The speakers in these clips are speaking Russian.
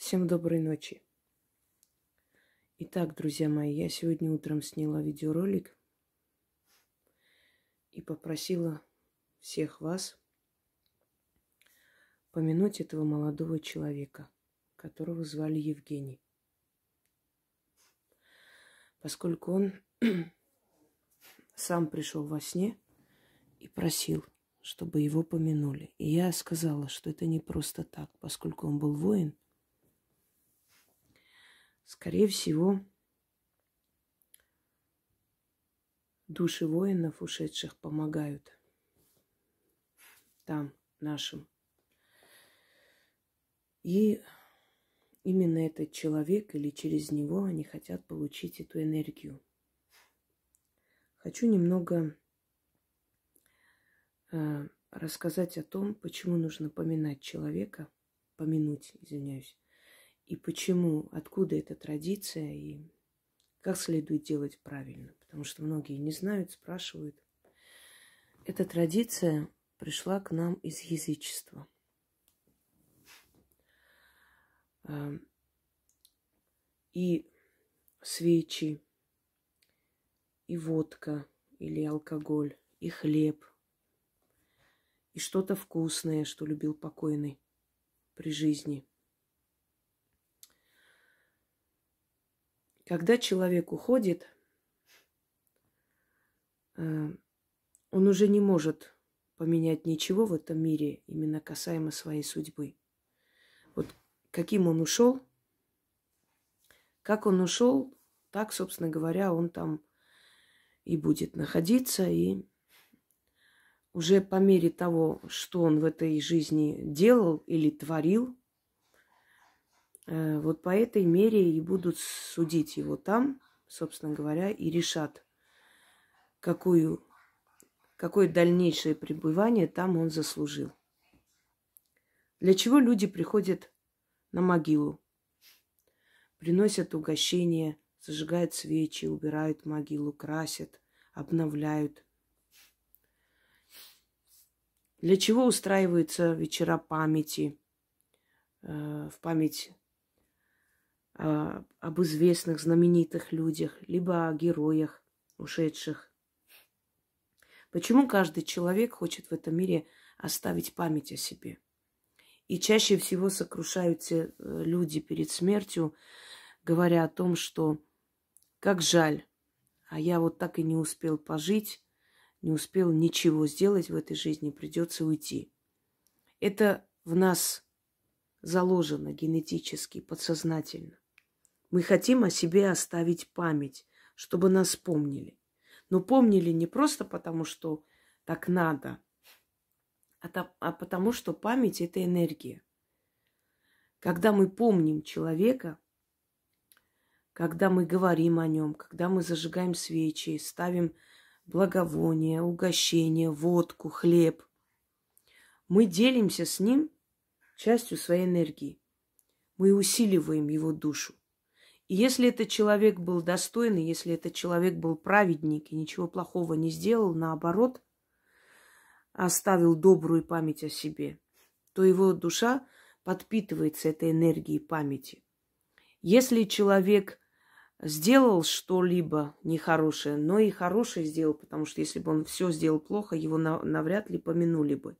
Всем доброй ночи. Итак, друзья мои, я сегодня утром сняла видеоролик и попросила всех вас помянуть этого молодого человека, которого звали Евгений. Поскольку он сам пришел во сне и просил, чтобы его помянули. И я сказала, что это не просто так, поскольку он был воин. Скорее всего, души воинов, ушедших, помогают там, нашим. И именно этот человек или через него они хотят получить эту энергию. Хочу немного рассказать о том, почему нужно помянуть человека, и почему, откуда эта традиция и как следует делать правильно. Потому что многие не знают, спрашивают. Эта традиция пришла к нам из язычества. И свечи, и водка или алкоголь, и хлеб, и что-то вкусное, что любил покойный при жизни. Когда человек уходит, он уже не может поменять ничего в этом мире, именно касаемо своей судьбы. Вот каким он ушел, как он ушел, так, собственно говоря, он там и будет находиться, и уже по мере того, что он в этой жизни делал или творил, вот по этой мере и будут судить его там, собственно говоря, и решат, какое дальнейшее пребывание там он заслужил. Для чего люди приходят на могилу? Приносят угощения, зажигают свечи, убирают могилу, красят, обновляют. Для чего устраиваются вечера памяти, в память об известных, знаменитых людях, либо о героях, ушедших? Почему каждый человек хочет в этом мире оставить память о себе? И чаще всего сокрушаются люди перед смертью, говоря о том, что как жаль, а я вот так и не успел пожить, не успел ничего сделать в этой жизни, придется уйти. Это в нас заложено генетически, подсознательно. Мы хотим о себе оставить память, чтобы нас помнили. Но помнили не просто потому, что так надо, а потому, что память – это энергия. Когда мы помним человека, когда мы говорим о нем, когда мы зажигаем свечи, ставим благовония, угощения, водку, хлеб, мы делимся с ним частью своей энергии. Мы усиливаем его душу. И если этот человек был достойный, если этот человек был праведник и ничего плохого не сделал, наоборот, оставил добрую память о себе, то его душа подпитывается этой энергией памяти. Если человек сделал что-либо нехорошее, но и хорошее сделал, потому что если бы он все сделал плохо, его навряд ли помянули бы.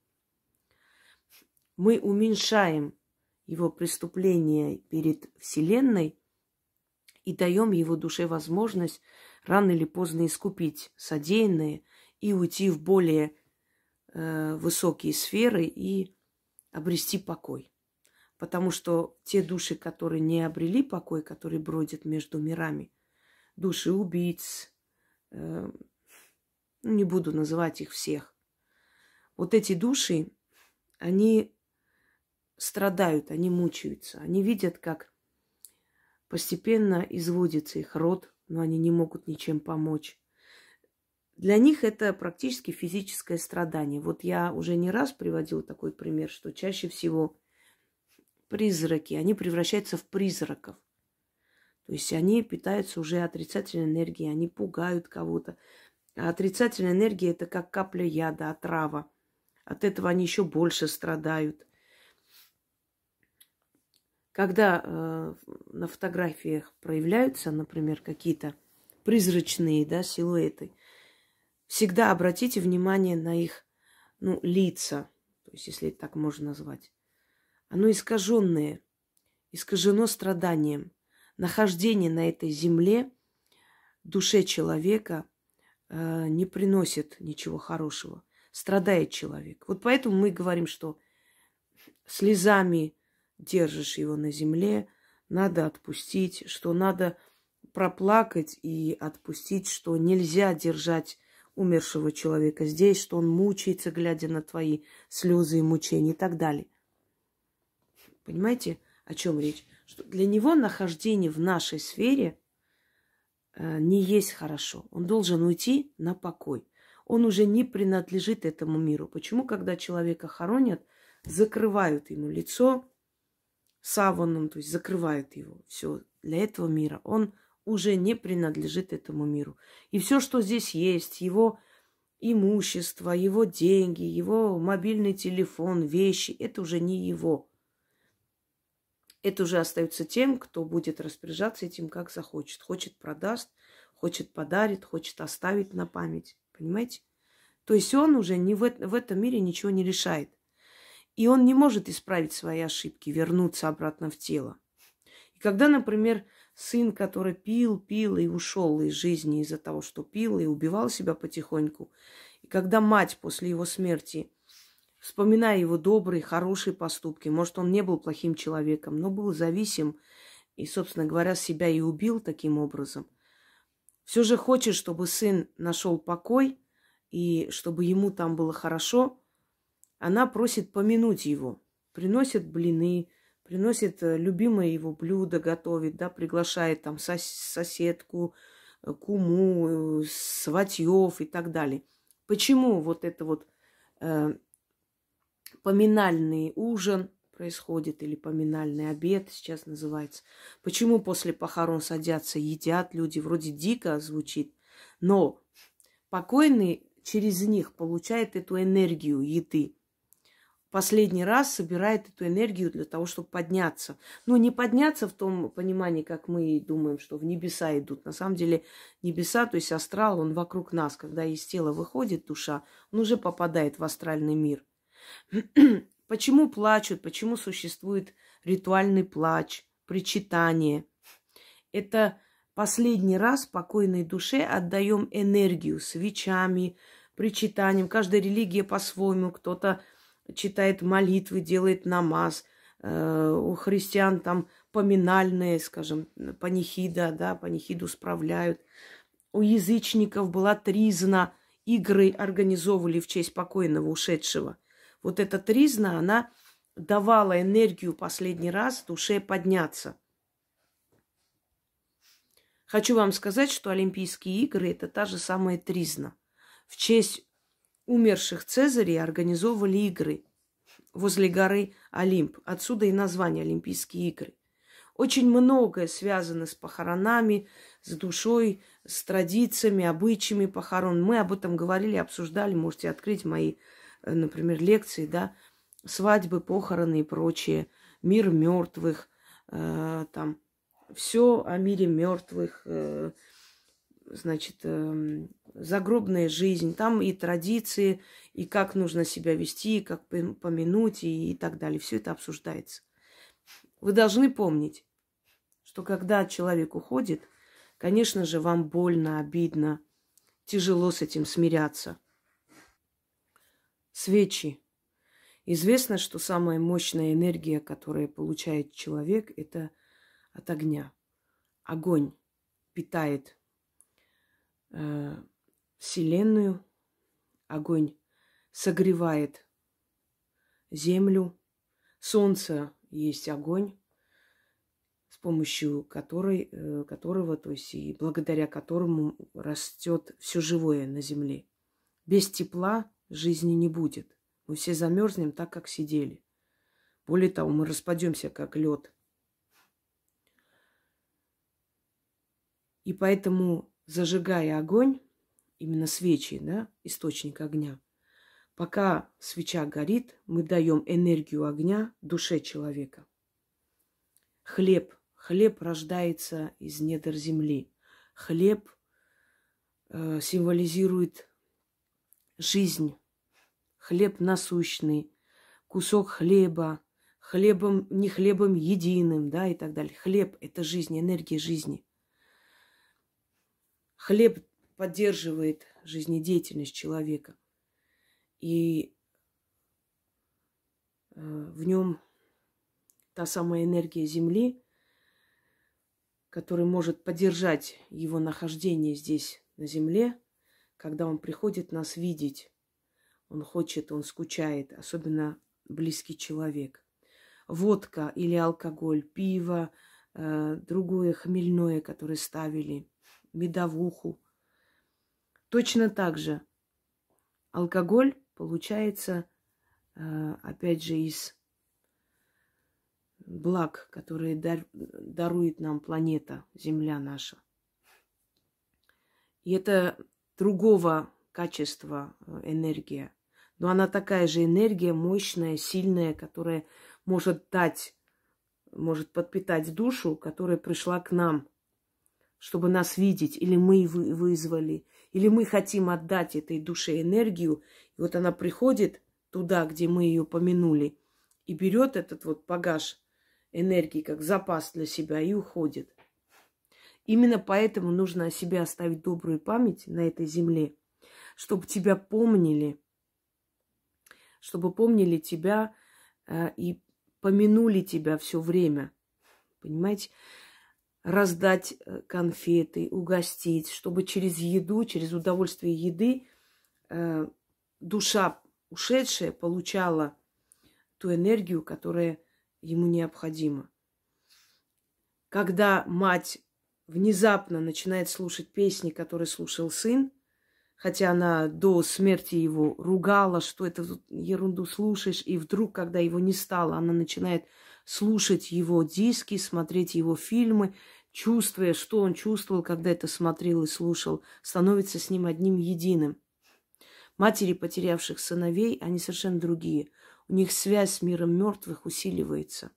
Мы уменьшаем его преступление перед Вселенной и даем его душе возможность рано или поздно искупить содеянное и уйти в более высокие сферы и обрести покой. Потому что те души, которые не обрели покой, которые бродят между мирами, души убийц, не буду называть их всех, вот эти души, они страдают, они мучаются, они видят, как постепенно изводится их род, но они не могут ничем помочь. Для них это практически физическое страдание. Вот я уже не раз приводила такой пример, что чаще всего призраки, они превращаются в призраков. То есть они питаются уже отрицательной энергией, они пугают кого-то. А отрицательная энергия – это как капля яда, отрава. От этого они еще больше страдают. когда на фотографиях проявляются, например, какие-то призрачные, да, силуэты, всегда обратите внимание на их, лица, то есть, если так можно назвать. Оно искаженное, искажено страданием. Нахождение на этой земле душе человека не приносит ничего хорошего. Страдает человек. Вот поэтому мы говорим, что слезами держишь его на земле, надо отпустить, что надо проплакать и отпустить, что нельзя держать умершего человека здесь, что он мучается, глядя на твои слезы и мучения и так далее. Понимаете, о чем речь? Что для него нахождение в нашей сфере не есть хорошо. Он должен уйти на покой. Он уже не принадлежит этому миру. Почему, когда человека хоронят, закрывают ему лицо саваном, то есть закрывают его все для этого мира? Он уже не принадлежит этому миру. И все, что здесь есть, его имущество, его деньги, его мобильный телефон, вещи, это уже не его. Это уже остается тем, кто будет распоряжаться этим, как захочет. Хочет продаст, хочет подарит, хочет оставить на память. Понимаете? То есть он уже в этом мире ничего не решает. И он не может исправить свои ошибки, вернуться обратно в тело. И когда, например, сын, который пил и ушел из жизни из-за того, что пил и убивал себя потихоньку, и когда мать после его смерти, вспоминая его добрые, хорошие поступки, может, он не был плохим человеком, но был зависим и, собственно говоря, себя и убил таким образом, все же хочет, чтобы сын нашел покой и чтобы ему там было хорошо, она просит помянуть его, приносит блины, приносит любимое его блюдо, готовит, да, приглашает там соседку, куму, сватьев и так далее. Почему вот это вот поминальный ужин происходит, или поминальный обед сейчас называется? Почему после похорон садятся, едят люди? Вроде дико звучит, но покойный через них получает эту энергию еды. Последний раз собирает эту энергию для того, чтобы подняться. Ну, не подняться в том понимании, как мы думаем, что в небеса идут. На самом деле небеса, то есть астрал, он вокруг нас. Когда из тела выходит душа, он уже попадает в астральный мир. Почему плачут? Почему существует ритуальный плач, причитание? Это последний раз покойной душе отдаем энергию свечами, причитанием. Каждая религия по-своему. Кто-то читает молитвы, делает намаз. У христиан там поминальные, скажем, панихида, да, панихиду справляют. У язычников была тризна, игры организовывали в честь покойного ушедшего. Вот эта тризна, она давала энергию последний раз душе подняться. Хочу вам сказать, что Олимпийские игры – это та же самая тризна. В честь умерших Цезарей организовывали игры возле горы Олимп. Отсюда и название Олимпийские игры. Очень многое связано с похоронами, с душой, с традициями, обычаями похорон. Мы об этом говорили, обсуждали. Можете открыть мои, например, лекции, да, свадьбы, похороны и прочее. Мир мертвых, там все о мире мертвых, значит, загробная жизнь. Там и традиции, и как нужно себя вести, и как помянуть, и так далее. Все это обсуждается. Вы должны помнить, что когда человек уходит, конечно же, вам больно, обидно, тяжело с этим смиряться. Свечи. Известно, что самая мощная энергия, которую получает человек, это от огня. Огонь питает Вселенную, огонь согревает землю, солнце есть огонь, с помощью которого, то есть и благодаря которому растет все живое на земле. Без тепла жизни не будет. Мы все замерзнем так, как сидели. Более того, мы распадемся, как лед. И поэтому, зажигая огонь, именно свечи, да, источник огня, пока свеча горит, мы даем энергию огня душе человека. Хлеб. Хлеб рождается из недр земли. Хлеб символизирует жизнь. Хлеб насущный, кусок хлеба, хлебом, не хлебом единым, да, и так далее. Хлеб – это жизнь, энергия жизни. Хлеб поддерживает жизнедеятельность человека. И в нем та самая энергия Земли, которая может поддержать его нахождение здесь, на Земле, когда он приходит нас видеть. Он хочет, он скучает, особенно близкий человек. Водка или алкоголь, пиво, другое хмельное, которое ставили, медовуху. Точно так же алкоголь получается, опять же, из благ, которые дарует нам планета, Земля наша. И это другого качества энергия. Но она такая же энергия, мощная, сильная, которая может дать, может подпитать душу, которая пришла к нам, чтобы нас видеть. Или мы вызвали, или мы хотим отдать этой душе энергию. И вот она приходит туда, где мы ее помянули, и берет этот вот багаж энергии как запас для себя и уходит. Именно поэтому нужно о себе оставить добрую память на этой земле, чтобы тебя помнили, чтобы помнили тебя и помянули тебя все время. Понимаете? Раздать конфеты, угостить, чтобы через еду, через удовольствие еды душа ушедшая получала ту энергию, которая ему необходима. Когда мать внезапно начинает слушать песни, которые слушал сын, хотя она до смерти его ругала, что это ерунду слушаешь, и вдруг, когда его не стало, она начинает слушать его диски, смотреть его фильмы, чувствуя, что он чувствовал, когда это смотрел и слушал, становится с ним одним единым. Матери, потерявших сыновей, они совершенно другие. У них связь с миром мертвых усиливается.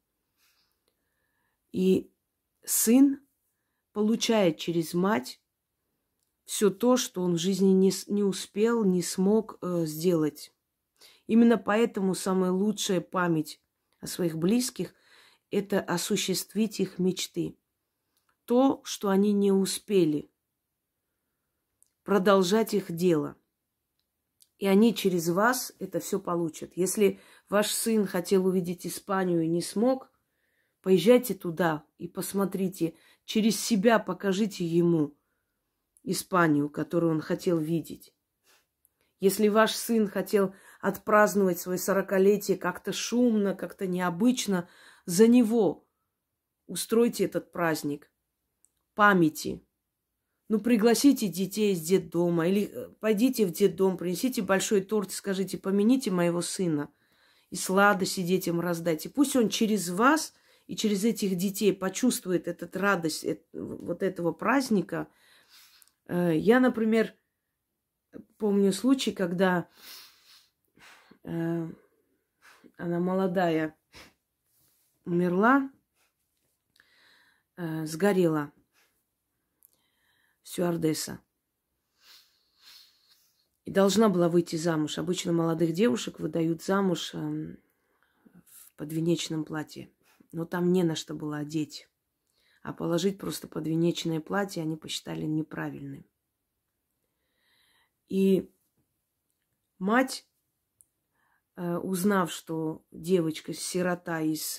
И сын получает через мать все то, что он в жизни не успел, не смог сделать. Именно поэтому самая лучшая память о своих близких – это осуществить их мечты. То, что они не успели, продолжать их дело. И они через вас это все получат. Если ваш сын хотел увидеть Испанию и не смог, поезжайте туда и посмотрите, через себя покажите ему Испанию, которую он хотел видеть. Если ваш сын хотел отпраздновать свое 40-летие как-то шумно, как-то необычно, за него устройте этот праздник памяти. Ну, пригласите детей из детдома или пойдите в детдом, принесите большой торт и скажите: помяните моего сына. И сладости детям раздайте. Пусть он через вас и через этих детей почувствует эту радость вот этого праздника. Я, например, помню случай, когда она молодая умерла, сгорела стюардесса. И должна была выйти замуж. Обычно молодых девушек выдают замуж в подвенечном платье. Но там не на что было одеть. А положить просто подвенечное платье они посчитали неправильным. И мать, узнав, что девочка-сирота из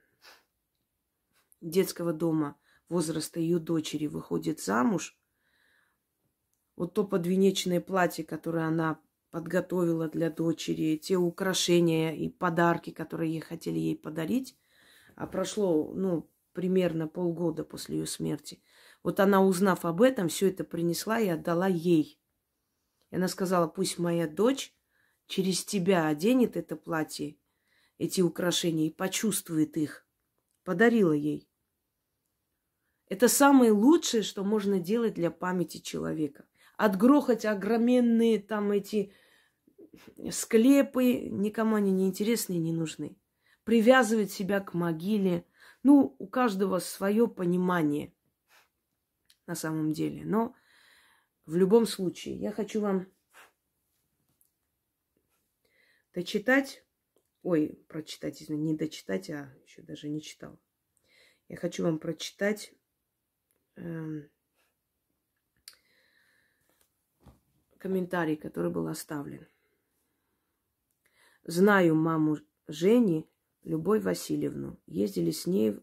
детского дома возраста ее дочери выходит замуж, вот то подвенечное платье, которое она подготовила для дочери, те украшения и подарки, которые ей хотели ей подарить, а прошло, примерно полгода после ее смерти. Вот она, узнав об этом, все это принесла и отдала ей. И она сказала: пусть моя дочь через тебя оденет это платье, эти украшения, и почувствует их. Подарила ей. Это самое лучшее, что можно делать для памяти человека. Отгрохать огроменные там эти склепы, никому они не интересны и не нужны. Привязывать себя к могиле, Ну, у каждого свое понимание на самом деле. Но в любом случае, я хочу вам дочитать, прочитать, извините, не дочитать, а еще даже не читал. Я хочу вам прочитать комментарий, который был оставлен. Знаю маму Жени, Любовь Васильевну. Ездили с ней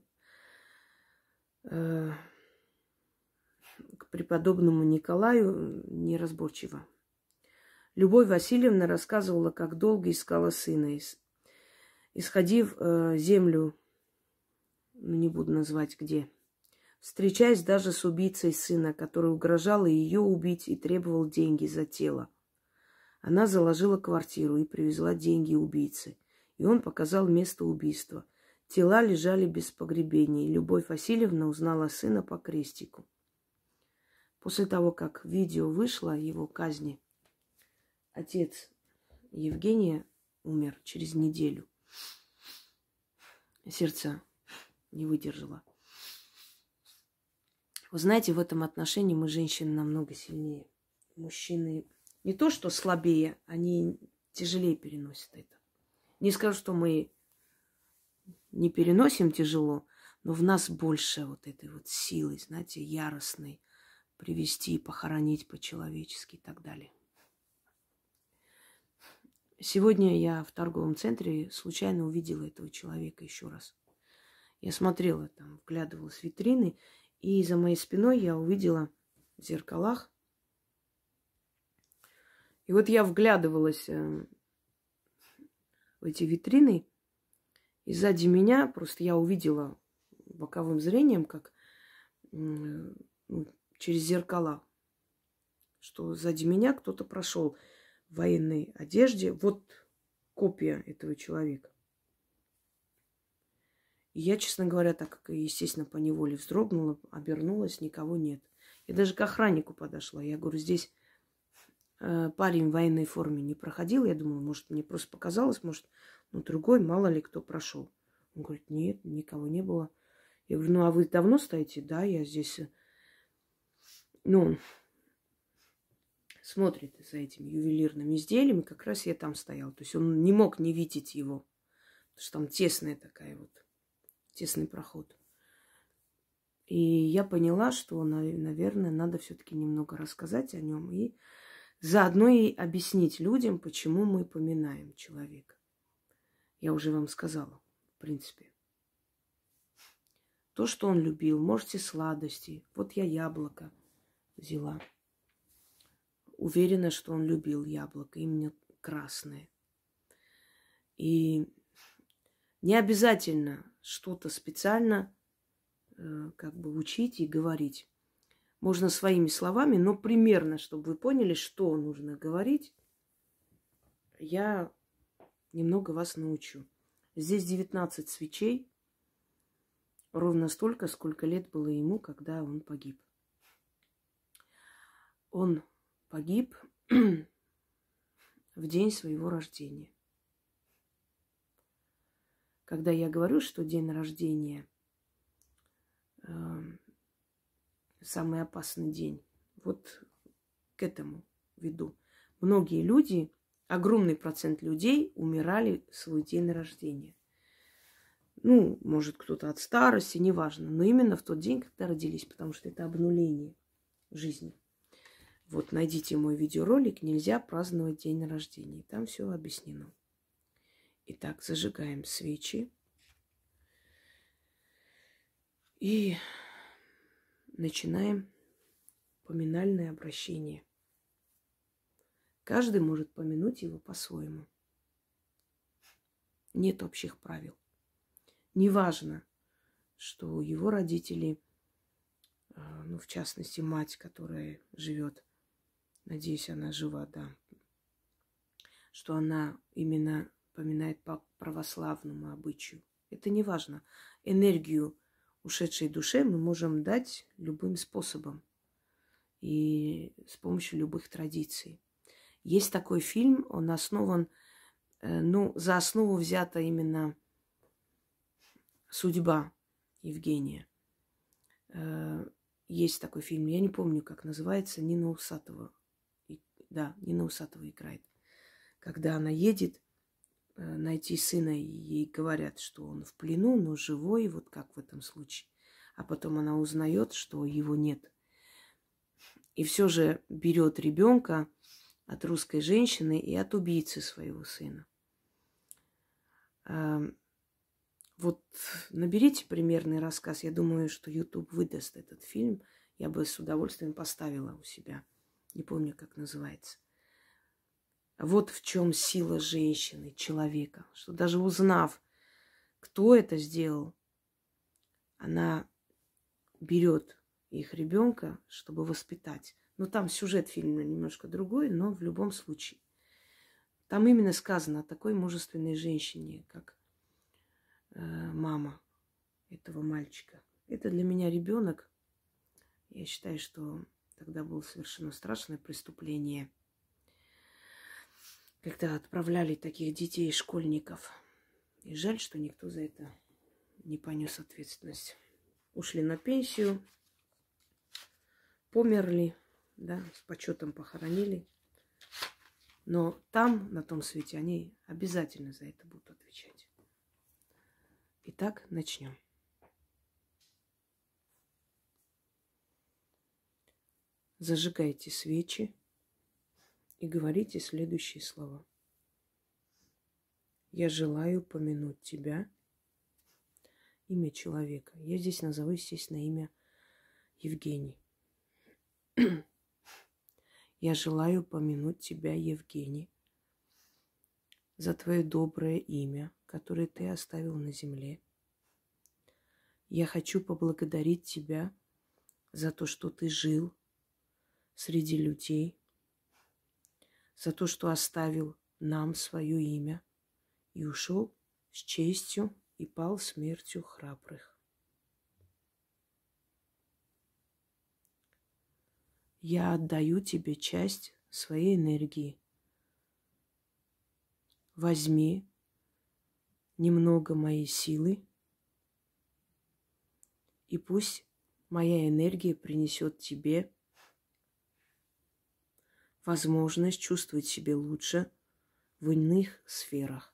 к преподобному Николаю неразборчиво. Любовь Васильевна рассказывала, как долго искала сына. Исходив землю, не буду называть где, встречаясь даже с убийцей сына, который угрожал ее убить и требовал деньги за тело. Она заложила квартиру и привезла деньги убийцы. И он показал место убийства. Тела лежали без погребения. И Любовь Васильевна узнала сына по крестику. После того, как видео вышло о его казни, отец Евгения умер через неделю. Сердце не выдержало. Вы знаете, в этом отношении мы, женщины, намного сильнее. Мужчины не то что слабее, они тяжелее переносят это. Не скажу, что мы не переносим тяжело, но в нас больше вот этой вот силы, знаете, яростной, привести, похоронить по-человечески и так далее. Сегодня я в торговом центре случайно увидела этого человека еще раз. Я смотрела там, вглядывалась в витрины, и за моей спиной я увидела в зеркалах. И вот я вглядывалась в эти витрины, и сзади меня просто я увидела боковым зрением, как через зеркала, что сзади меня кто-то прошел в военной одежде. Вот копия этого человека. И я, честно говоря, так, естественно, поневоле вздрогнула, обернулась, никого нет. Я даже к охраннику подошла. Я говорю, здесь парень в военной форме не проходил. Я думала, может, мне просто показалось, может, другой, мало ли кто прошел. Он говорит, нет, никого не было. Я говорю, ну, а вы давно стоите? Да, я здесь... смотрит за этими ювелирными изделиями. Как раз я там стояла. То есть он не мог не видеть его. Потому что там тесная такая вот, тесный проход. И я поняла, что, наверное, надо все-таки немного рассказать о нем и заодно и объяснить людям, почему мы поминаем человека. Я уже вам сказала, в принципе. То, что он любил, можете сладости. Вот я яблоко взяла. Уверена, что он любил яблоко, именно красное. И не обязательно что-то специально учить и говорить. Можно своими словами, но примерно, чтобы вы поняли, что нужно говорить, я немного вас научу. Здесь 19 свечей, ровно столько, сколько лет было ему, когда он погиб. Он погиб в день своего рождения. Когда я говорю, что день рождения самый опасный день, вот к этому веду. Многие люди, огромный процент людей умирали в свой день рождения. Может, кто-то от старости, неважно, но именно в тот день, когда родились, потому что это обнуление жизни. Вот найдите мой видеоролик «Нельзя праздновать день рождения». Там все объяснено. Итак, зажигаем свечи. И начинаем поминальное обращение. Каждый может помянуть его по-своему. Нет общих правил. Неважно, что его родители, в частности, мать, которая живет, надеюсь, она жива, да, что она именно поминает по православному обычаю. Это не важно. Энергию ушедшей душе мы можем дать любым способом и с помощью любых традиций. Есть такой фильм, он основан, за основу взята именно судьба Евгения. Есть такой фильм, я не помню, как называется, Нина Усатова. Да, Нина Усатова играет. Когда она едет найти сына, и ей говорят, что он в плену, но живой, вот как в этом случае. А потом она узнает, что его нет. И все же берет ребенка от русской женщины и от убийцы своего сына. Вот наберите примерный рассказ. Я думаю, что YouTube выдаст этот фильм. Я бы с удовольствием поставила у себя. Не помню, как называется. Вот в чем сила женщины, человека. Что даже узнав, кто это сделал, она берет их ребенка, чтобы воспитать. Ну, там сюжет фильма немножко другой, но в любом случае. Там именно сказано о такой мужественной женщине, как мама этого мальчика. Это для меня ребенок. Я считаю, что тогда было совершено страшное преступление, когда отправляли таких детей, школьников. И жаль, что никто за это не понес ответственность. Ушли на пенсию, померли, да, с почетом похоронили. Но там, на том свете, они обязательно за это будут отвечать. Итак, начнем. Зажигайте свечи и говорите следующие слова. Я желаю помянуть тебя, имя человека. Я здесь назову, естественно, имя Евгений. Я желаю помянуть тебя, Евгений, за твое доброе имя, которое ты оставил на земле. Я хочу поблагодарить тебя за то, что ты жил среди людей, за то, что оставил нам свое имя и ушел с честью и пал смертью храбрых. Я отдаю тебе часть своей энергии. Возьми немного моей силы, и пусть моя энергия принесет тебе возможность чувствовать себя лучше в иных сферах.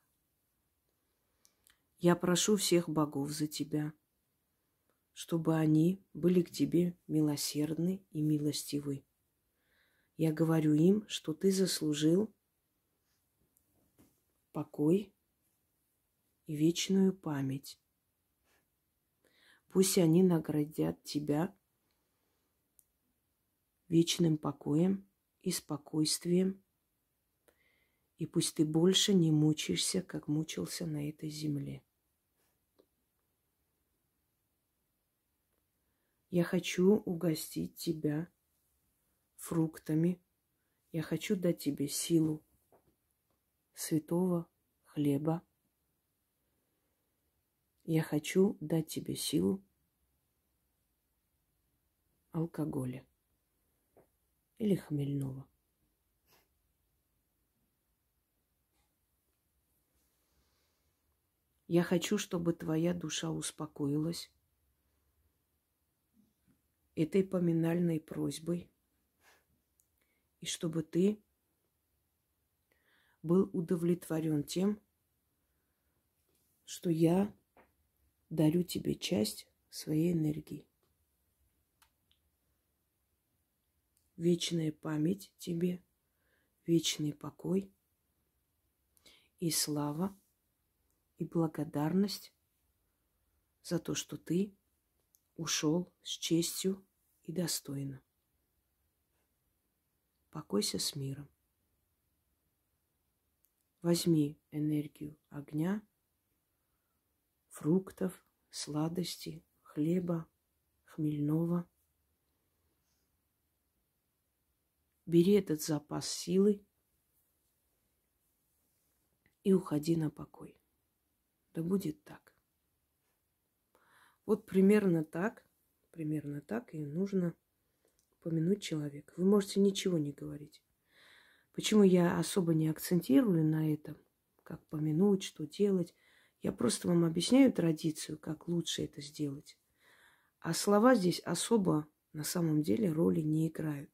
Я прошу всех богов за тебя, чтобы они были к тебе милосердны и милостивы. Я говорю им, что ты заслужил покой и вечную память. Пусть они наградят тебя вечным покоем и спокойствием, и пусть ты больше не мучаешься, как мучился на этой земле. Я хочу угостить тебя фруктами. Я хочу дать тебе силу святого хлеба. Я хочу дать тебе силу алкоголя или хмельного. Я хочу, чтобы твоя душа успокоилась этой поминальной просьбой, и чтобы ты был удовлетворен тем, что я дарю тебе часть своей энергии. Вечная память тебе, вечный покой и слава, и благодарность за то, что ты ушел с честью и достойно. Покойся с миром. Возьми энергию огня, фруктов, сладостей, хлеба, хмельного. Бери этот запас силы и уходи на покой. Да будет так. Вот примерно так и нужно помянуть человека. Вы можете ничего не говорить. Почему я особо не акцентирую на этом, как помянуть, что делать? Я просто вам объясняю традицию, как лучше это сделать. А слова здесь особо на самом деле роли не играют.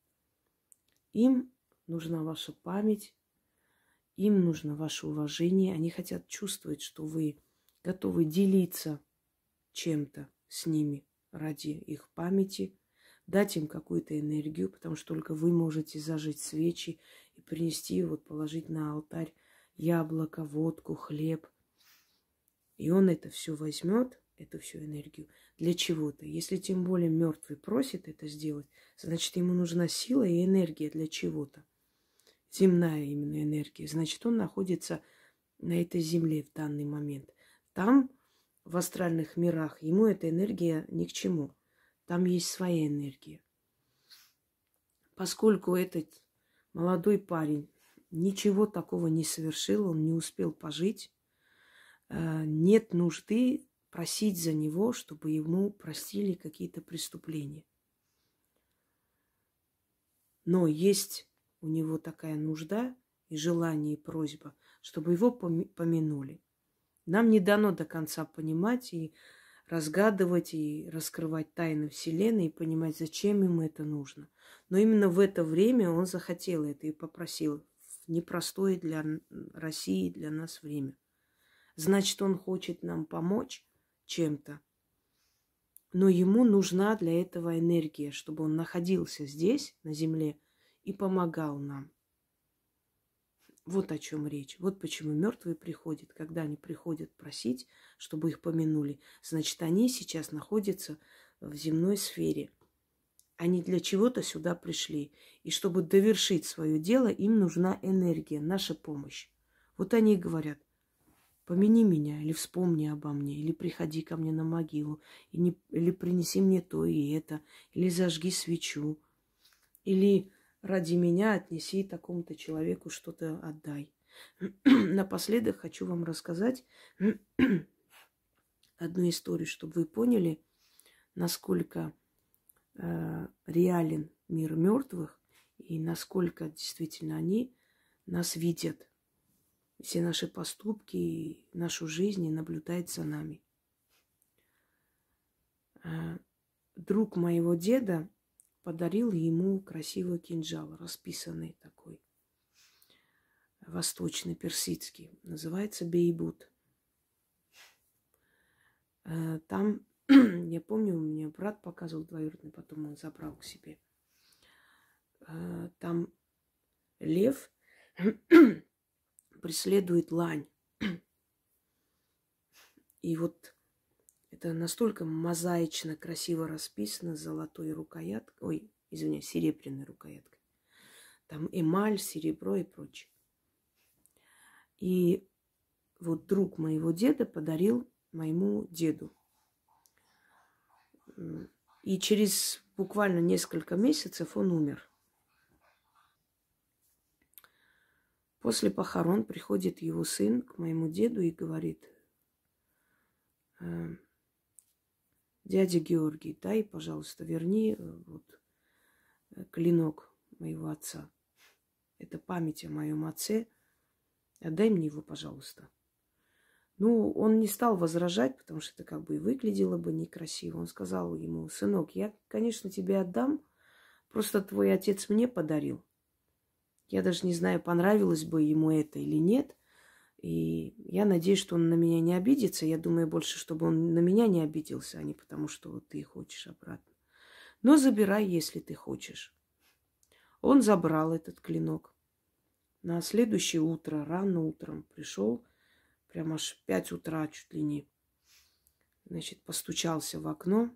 Им нужна ваша память, им нужно ваше уважение. Они хотят чувствовать, что вы готовы делиться чем-то с ними ради их памяти, дать им какую-то энергию, потому что только вы можете зажечь свечи и принести, вот положить на алтарь яблоко, водку, хлеб. И он это все возьмет, эту всю энергию, для чего-то. Если тем более мертвый просит это сделать, значит, ему нужна сила и энергия для чего-то. Земная именно энергия. Значит, он находится на этой земле в данный момент. Там, в астральных мирах, ему эта энергия ни к чему. Там есть своя энергия. Поскольку этот молодой парень ничего такого не совершил, он не успел пожить, нет нужды просить за него, чтобы ему простили какие-то преступления. Но есть у него такая нужда и желание, и просьба, чтобы его помянули. Нам не дано до конца понимать и разгадывать, и раскрывать тайны Вселенной, и понимать, зачем ему это нужно. Но именно в это время он захотел это и попросил в непростое для России, для нас время. Значит, он хочет нам помочь чем-то, но ему нужна для этого энергия, чтобы он находился здесь, на земле, и помогал нам. Вот о чем речь. Вот почему мертвые приходят. Когда они приходят просить, чтобы их помянули, значит, они сейчас находятся в земной сфере. Они для чего-то сюда пришли. И чтобы довершить свое дело, им нужна энергия, наша помощь. Вот они и говорят: помяни меня, или вспомни обо мне, или приходи ко мне на могилу, или принеси мне то и это, или зажги свечу, или ради меня отнеси такому-то человеку, что-то отдай. Напоследок хочу вам рассказать одну историю, чтобы вы поняли, насколько реален мир мертвых и насколько действительно они нас видят. Все наши поступки и нашу жизнь и наблюдают за нами. Друг моего деда подарил ему красивый кинжал, расписанный такой, восточный, персидский. Называется бейбут. Там, я помню, мне брат показывал двоюродный, потом он забрал к себе. Там лев преследует лань. И вот это настолько мозаично, красиво расписано, с золотой рукояткой, серебряной рукояткой. Там эмаль, серебро и прочее. И вот друг моего деда подарил моему деду. И через буквально несколько месяцев он умер. После похорон приходит его сын к моему деду и говорит: дядя Георгий, дай, пожалуйста, верни клинок моего отца. Это память о моем отце. Отдай мне его, пожалуйста. Ну, он не стал возражать, потому что это как бы и выглядело бы некрасиво. Он сказал ему: сынок, я, конечно, тебе отдам, просто твой отец мне подарил. Я даже не знаю, понравилось бы ему это или нет. И я надеюсь, что он на меня не обидится. Я думаю больше, чтобы он на меня не обиделся, а не потому, что вот ты хочешь обратно. Но забирай, если ты хочешь. Он забрал этот клинок. На следующее утро, рано утром пришел, прямо аж 5 утра чуть ли не. Значит, постучался в окно,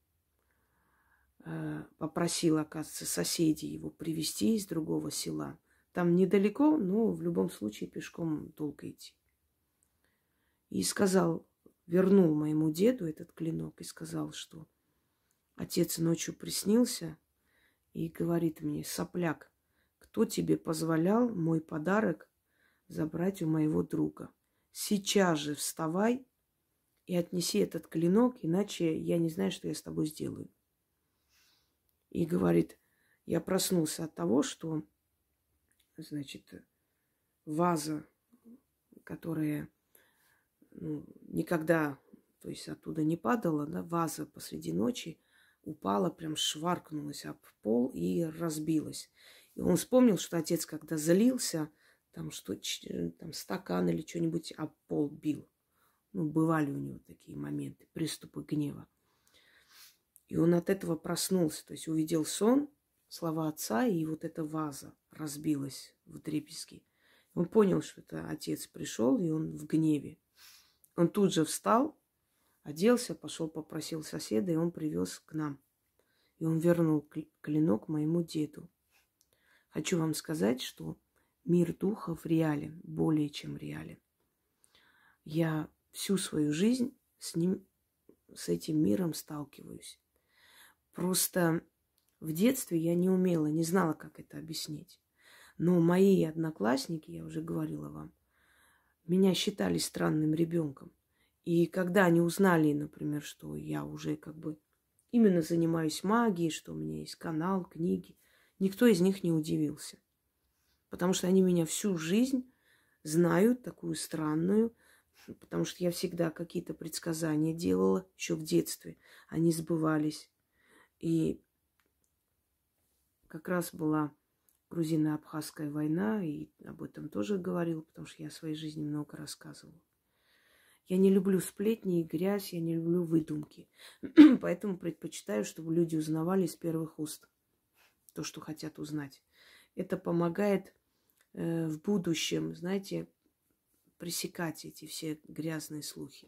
попросил, оказывается, соседей его привезти из другого села. Там недалеко, но в любом случае пешком долго идти. И сказал, вернул моему деду этот клинок и сказал, что отец ночью приснился и говорит мне: сопляк, кто тебе позволял мой подарок забрать у моего друга? Сейчас же вставай и отнеси этот клинок, иначе я не знаю, что я с тобой сделаю. И говорит, я проснулся от того, что, значит, ваза, которая никогда, то есть оттуда не падала, да, ваза посреди ночи упала, прям шваркнулась об пол и разбилась. И он вспомнил, что отец, когда залился, там, там стакан или что-нибудь об пол бил. Бывали у него такие моменты, приступы гнева. И он от этого проснулся, то есть увидел сон, слова отца, и вот эта ваза разбилась вдребезги. Он понял, что это отец пришел, и он в гневе. Он тут же встал, оделся, пошел, попросил соседа, и он привез к нам. И он вернул клинок моему деду. Хочу вам сказать, что мир духов реален, более чем реален. Я всю свою жизнь с этим миром сталкиваюсь. Просто в детстве я не умела, не знала, как это объяснить. Но мои одноклассники, я уже говорила вам, меня считали странным ребенком. И когда они узнали, например, что я уже именно занимаюсь магией, что у меня есть канал, книги, никто из них не удивился. Потому что они меня всю жизнь знают, такую странную, потому что я всегда какие-то предсказания делала еще в детстве. Они сбывались. И как раз была грузино-абхазская война, и об этом тоже говорила, потому что я о своей жизни много рассказывала. Я не люблю сплетни и грязь, я не люблю выдумки. Поэтому предпочитаю, чтобы люди узнавали из первых уст то, что хотят узнать. Это помогает в будущем, знаете, пресекать эти все грязные слухи.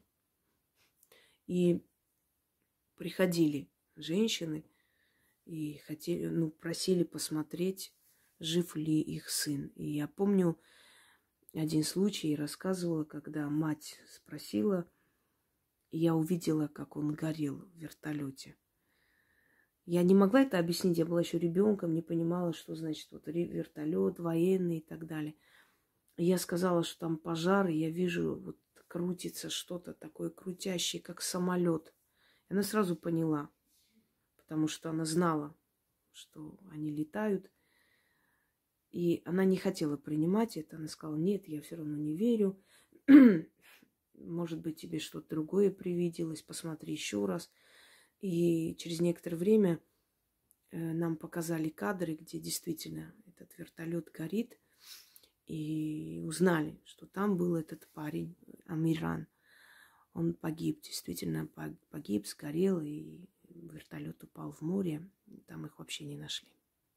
И приходили женщины и просили посмотреть, жив ли их сын. И я помню один случай, рассказывала, когда мать спросила, и я увидела, как он горел в вертолете. Я не могла это объяснить, я была еще ребенком, не понимала, что значит вертолет, военный и так далее. И я сказала, что там пожар, и я вижу, крутится что-то такое крутящее, как самолет. И она сразу поняла, потому что она знала, что они летают. И она не хотела принимать это. Она сказала, нет, я все равно не верю. Может быть, тебе что-то другое привиделось. Посмотри еще раз. И через некоторое время нам показали кадры, где действительно этот вертолет горит. И узнали, что там был этот парень, Амиран. Он погиб, действительно погиб, сгорел, и вертолет упал в море. Там их вообще не нашли.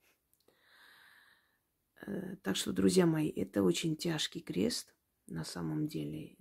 Так что, друзья мои, это очень тяжкий крест. На самом деле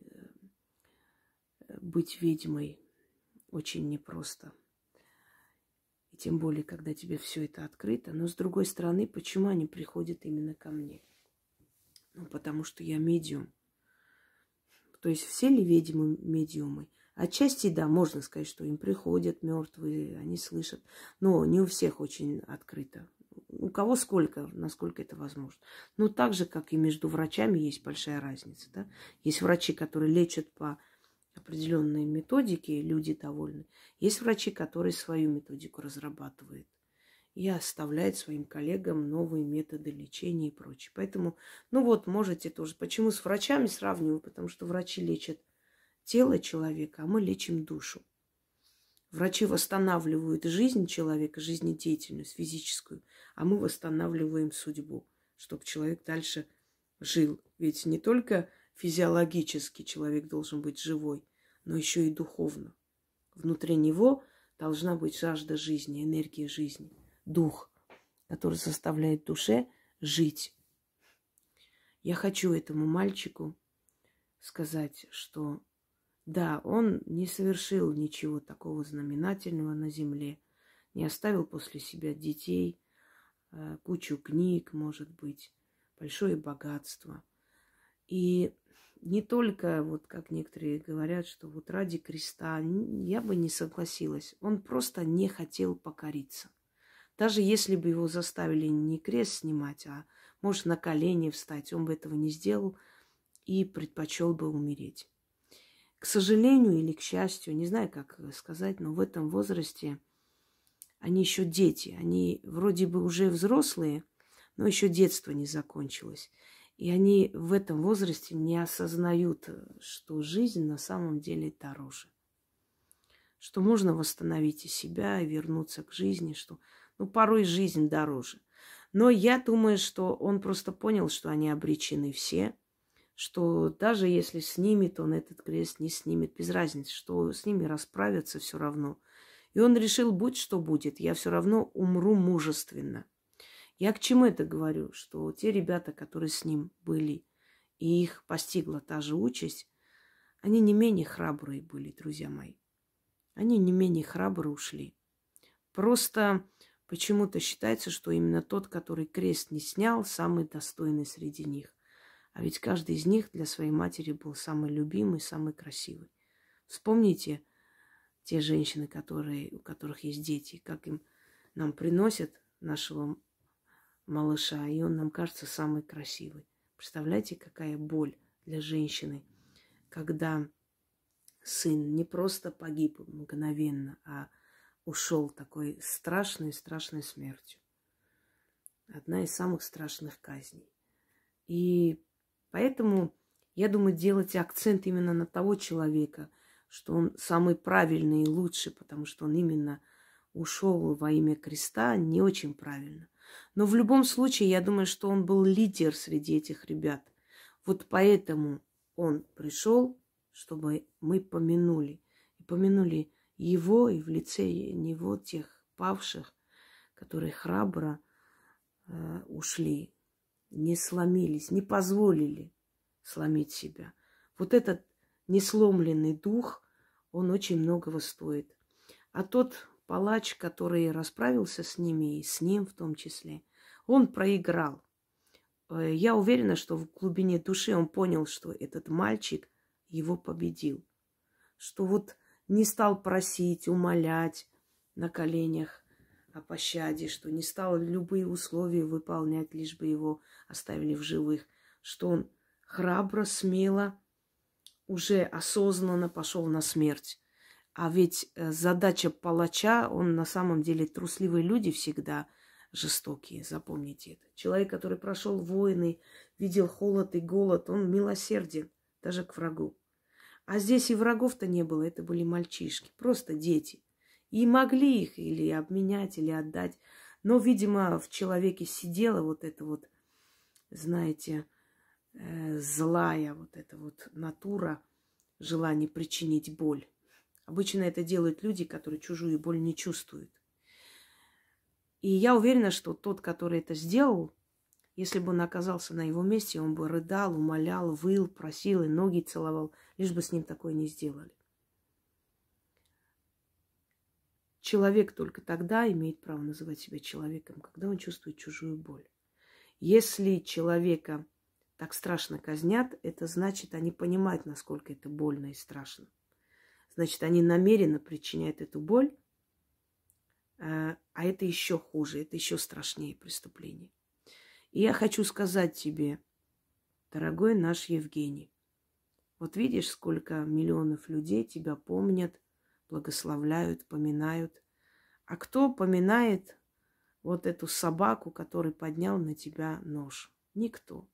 быть ведьмой очень непросто. И тем более, когда тебе все это открыто. Но с другой стороны, почему они приходят именно ко мне? Потому что я медиум. То есть все ли ведьмы медиумы? Отчасти, да, можно сказать, что им приходят мертвые, они слышат. Но не у всех очень открыто. У кого сколько, насколько это возможно. Но так же, как и между врачами, есть большая разница. Да? Есть врачи, которые лечат по определенной методике, люди довольны. Есть врачи, которые свою методику разрабатывают и оставляют своим коллегам новые методы лечения и прочее. Поэтому, можете тоже. Почему с врачами сравниваю? Потому что врачи лечат тело человека, а мы лечим душу. Врачи восстанавливают жизнь человека, жизнедеятельность физическую, а мы восстанавливаем судьбу, чтобы человек дальше жил. Ведь не только физиологически человек должен быть живой, но еще и духовно. Внутри него должна быть жажда жизни, энергия жизни, дух, который заставляет душе жить. Я хочу этому мальчику сказать, что да, он не совершил ничего такого знаменательного на земле, не оставил после себя детей, кучу книг, может быть, большое богатство. И не только, как некоторые говорят, что ради креста, я бы не согласилась. Он просто не хотел покориться. Даже если бы его заставили не крест снимать, а, может, на колени встать, он бы этого не сделал и предпочел бы умереть. К сожалению или к счастью, не знаю, как сказать, но в этом возрасте они еще дети. Они вроде бы уже взрослые, но еще детство не закончилось. И они в этом возрасте не осознают, что жизнь на самом деле дороже. Что можно восстановить и себя, и вернуться к жизни, что, ну, порой жизнь дороже. Но я думаю, что он просто понял, что они обречены все, что даже если снимет он этот крест, не снимет, без разницы, что с ними расправятся все равно. И он решил, будь что будет, я все равно умру мужественно. Я к чему это говорю? Что те ребята, которые с ним были, и их постигла та же участь, они не менее храбрые были, друзья мои. Они не менее храбро ушли. Просто почему-то считается, что именно тот, который крест не снял, самый достойный среди них. А ведь каждый из них для своей матери был самый любимый, самый красивый. Вспомните те женщины, у которых есть дети, как нам приносят нашего малыша, и он нам кажется самый красивый. Представляете, какая боль для женщины, когда сын не просто погиб мгновенно, а ушел такой страшной смертью. Одна из самых страшных казней. И поэтому, я думаю, делать акцент именно на того человека, что он самый правильный и лучший, потому что он именно ушел во имя креста, не очень правильно. Но в любом случае, я думаю, что он был лидер среди этих ребят. Вот поэтому он пришел, чтобы мы помянули. И помянули его, и в лице него тех павших, которые храбро ушли, не сломились, не позволили сломить себя. Вот этот несломленный дух, он очень многого стоит. А тот палач, который расправился с ними, и с ним в том числе, он проиграл. Я уверена, что в глубине души он понял, что этот мальчик его победил. Что вот не стал просить, умолять на коленях о пощаде, что не стал любые условия выполнять, лишь бы его оставили в живых, что он храбро, смело, уже осознанно пошел на смерть. А ведь задача палача, он на самом деле трусливые люди всегда жестокие, запомните это. Человек, который прошел войны, видел холод и голод, он милосерден даже к врагу. А здесь и врагов-то не было, это были мальчишки, просто дети. И могли их или обменять, или отдать. Но, видимо, в человеке сидела вот эта вот, знаете, злая вот эта вот натура, желание причинить боль. Обычно это делают люди, которые чужую боль не чувствуют. И я уверена, что тот, который это сделал, если бы он оказался на его месте, он бы рыдал, умолял, выл, просил и ноги целовал, лишь бы с ним такое не сделали. Человек только тогда имеет право называть себя человеком, когда он чувствует чужую боль. Если человека так страшно казнят, это значит, они понимают, насколько это больно и страшно. Значит, они намеренно причиняют эту боль, а это еще хуже, это еще страшнее преступление. И я хочу сказать тебе, дорогой наш Евгений, вот видишь, сколько миллионов людей тебя помнят, благословляют, поминают. А кто поминает вот эту собаку, который поднял на тебя нож? Никто.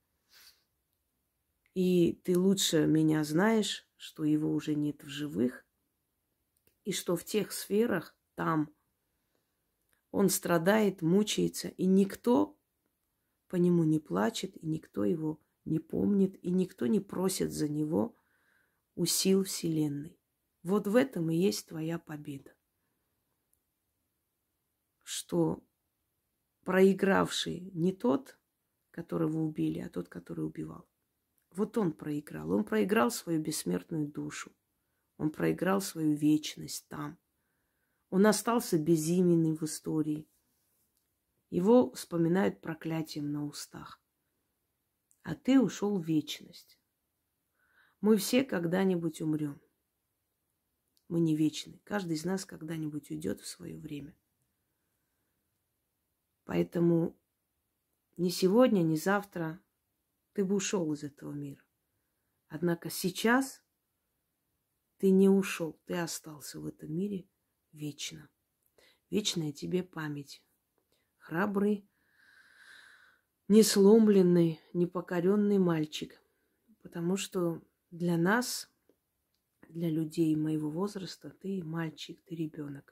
И ты лучше меня знаешь, что его уже нет в живых, и что в тех сферах, там, он страдает, мучается, и никто по нему не плачет, и никто его не помнит, и никто не просит за него у сил Вселенной. Вот в этом и есть твоя победа. Что проигравший не тот, которого убили, а тот, который убивал. Вот он проиграл. Он проиграл свою бессмертную душу. Он проиграл свою вечность там. Он остался безименным в истории. Его вспоминают проклятием на устах. А ты ушел в вечность. Мы все когда-нибудь умрем. Мы не вечны. Каждый из нас когда-нибудь уйдет в свое время. Поэтому ни сегодня, ни завтра ты бы ушел из этого мира. Однако сейчас ты не ушел, ты остался в этом мире вечно. Вечная тебе память. Храбрый не сломленный, не покоренный мальчик. Потому что для нас, для людей моего возраста, ты мальчик, ты ребенок.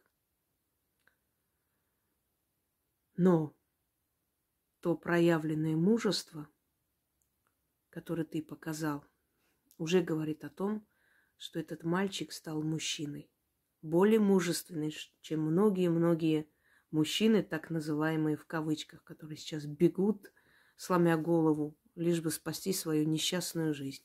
Но то проявленное мужество, которое ты показал, уже говорит о том, что этот мальчик стал мужчиной. Более мужественный, чем многие-многие мужчины, так называемые в кавычках, которые сейчас бегут, сломя голову, лишь бы спасти свою несчастную жизнь.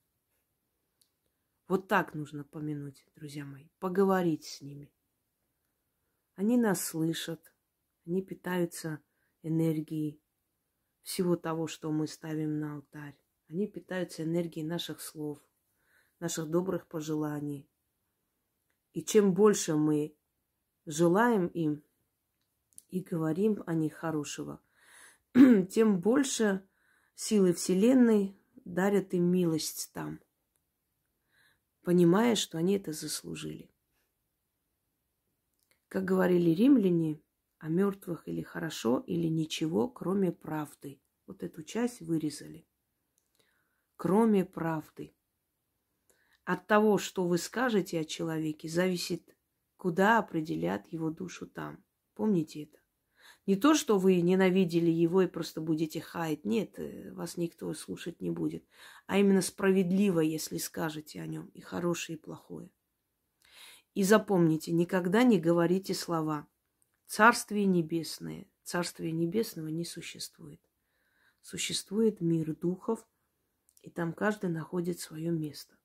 Вот так нужно помянуть, друзья мои, поговорить с ними. Они нас слышат, они питаются энергией всего того, что мы ставим на алтарь. Они питаются энергией наших слов, наших добрых пожеланий. И чем больше мы желаем им и говорим о них хорошего, тем больше силы Вселенной дарят им милость там, понимая, что они это заслужили. Как говорили римляне, о мертвых или хорошо, или ничего, кроме правды. Вот эту часть вырезали. Кроме правды. От того, что вы скажете о человеке, зависит, куда определят его душу там. Помните это? Не то, что вы ненавидели его и просто будете хаять. Нет, вас никто слушать не будет. А именно справедливо, если скажете о нем, и хорошее, и плохое. И запомните, никогда не говорите слова «Царствие небесное». Царствия небесного не существует. Существует мир духов, и там каждый находит свое место.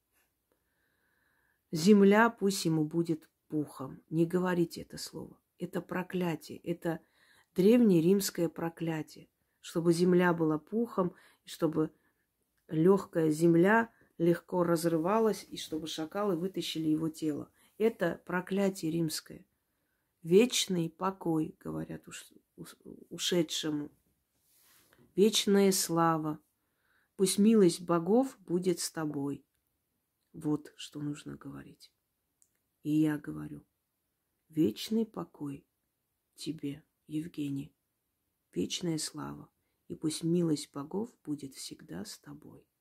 Земля пусть ему будет пухом. Не говорите это слово. Это проклятие. Это древнеримское проклятие. Чтобы земля была пухом, и чтобы легкая земля легко разрывалась, и чтобы шакалы вытащили его тело. Это проклятие римское. Вечный покой, говорят ушедшему. Вечная слава. Пусть милость богов будет с тобой. Вот что нужно говорить. И я говорю, вечный покой тебе, Евгений, вечная слава. И пусть милость богов будет всегда с тобой.